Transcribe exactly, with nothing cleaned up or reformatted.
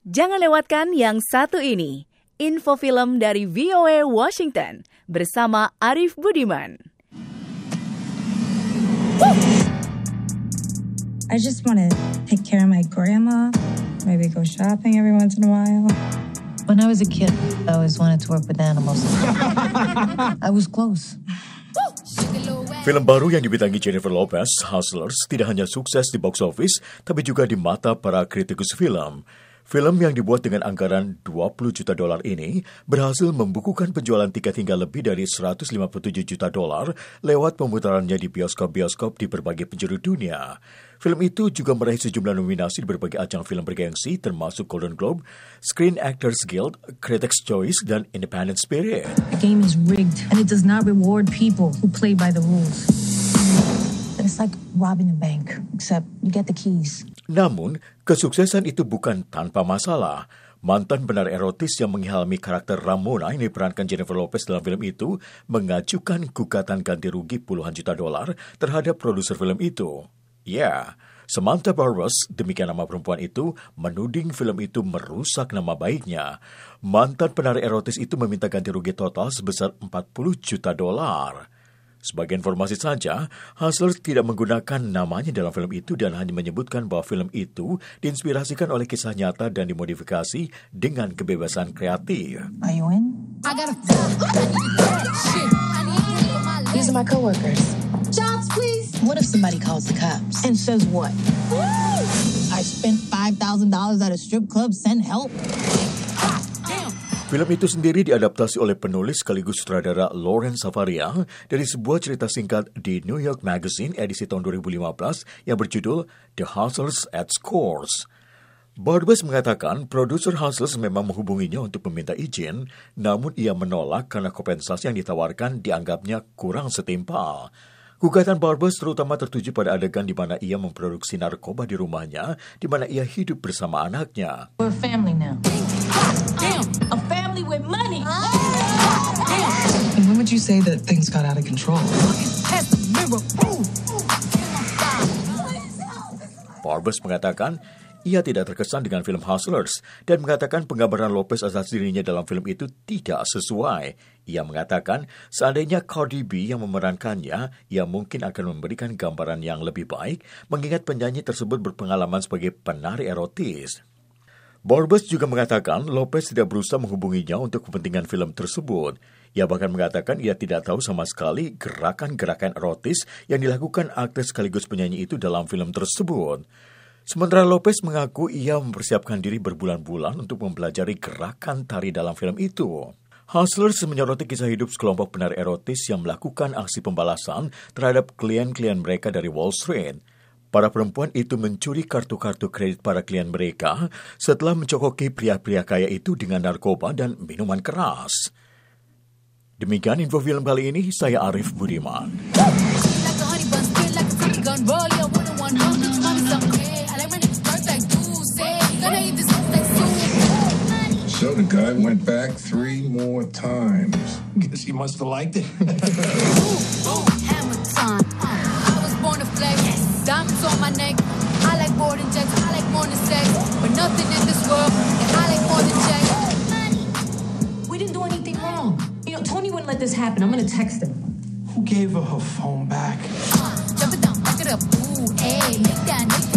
Jangan lewatkan yang satu ini, info film dari V O A Washington bersama Arif Budiman. I just want to take care of my grandma, maybe go shopping every once in a while. When I was a kid, I always wanted to work with animals. I was close. Film baru yang dibintangi Jennifer Lopez, Hustlers, tidak hanya sukses di box office, tapi juga di mata para kritikus film. Film yang dibuat dengan anggaran dua puluh juta dolar ini berhasil membukukan penjualan tiket hingga lebih dari seratus lima puluh tujuh juta dolar lewat pemutarannya di bioskop-bioskop di berbagai penjuru dunia. Film itu juga meraih sejumlah nominasi di berbagai ajang film bergengsi termasuk Golden Globe, Screen Actors Guild, Critics' Choice, dan Independent Spirit. The game is rigged and it does not reward people who play by the rules. It's like robbing a bank, except you get the keys. Namun, kesuksesan itu bukan tanpa masalah. Mantan penari erotis yang mengilhami karakter Ramona yang diperankan Jennifer Lopez dalam film itu mengajukan gugatan ganti rugi puluhan juta dolar terhadap produser film itu. Ya, Samantha Barbas, demikian nama perempuan itu, menuding film itu merusak nama baiknya. Mantan penari erotis itu meminta ganti rugi total sebesar empat puluh juta dolar. Sebagai informasi saja, Hustlers tidak menggunakan namanya dalam film itu dan hanya menyebutkan bahwa film itu diinspirasikan oleh kisah nyata dan dimodifikasi dengan kebebasan kreatif. Are you in? I got a shit. These are my coworkers. Jobs, please. What if somebody calls the cops? And says what? Woo! I spent five thousand dollars at a strip club, send help. Film itu sendiri diadaptasi oleh penulis sekaligus sutradara Lauren Savaria dari sebuah cerita singkat di New York Magazine edisi tahun dua ribu lima belas yang berjudul The Hustlers at Scores. Barbas mengatakan produser Hustlers memang menghubunginya untuk meminta izin, namun ia menolak karena kompensasi yang ditawarkan dianggapnya kurang setimpal. Gugatan Barbas terutama tertuju pada adegan di mana ia memproduksi narkoba di rumahnya, di mana ia hidup bersama anaknya. We're a family now. A family with money. And when would you say that things got out of control? Barbas mengatakan ia tidak terkesan dengan film Hustlers dan mengatakan penggambaran Lopez atas dirinya dalam film itu tidak sesuai. Ia mengatakan seandainya Cardi B yang memerankannya, ia mungkin akan memberikan gambaran yang lebih baik mengingat penyanyi tersebut berpengalaman sebagai penari erotis. Barbas juga mengatakan Lopez tidak berusaha menghubunginya untuk kepentingan film tersebut. Ia bahkan mengatakan ia tidak tahu sama sekali gerakan-gerakan erotis yang dilakukan aktris sekaligus penyanyi itu dalam film tersebut. Sementara Lopez mengaku ia mempersiapkan diri berbulan-bulan untuk mempelajari gerakan tari dalam film itu. Hustlers menyoroti kisah hidup sekelompok penari erotis yang melakukan aksi pembalasan terhadap klien-klien mereka dari Wall Street. Para perempuan itu mencuri kartu-kartu kredit para klien mereka setelah mencokoki pria-pria kaya itu dengan narkoba dan minuman keras. Demikian info film kali ini, saya Arif Budiman. So the guy went back three more times. Guess he must have liked it. Hammer time. I was born to flex. Diamonds on my neck. I like more than jets. I like more than sex. But nothing in this world that I like more than checks. We didn't do anything wrong. You know, Tony wouldn't let this happen. I'm gonna text him. Who gave her her phone back? Uh, jump it down, back it up. Ooh, ayy, make that, make that.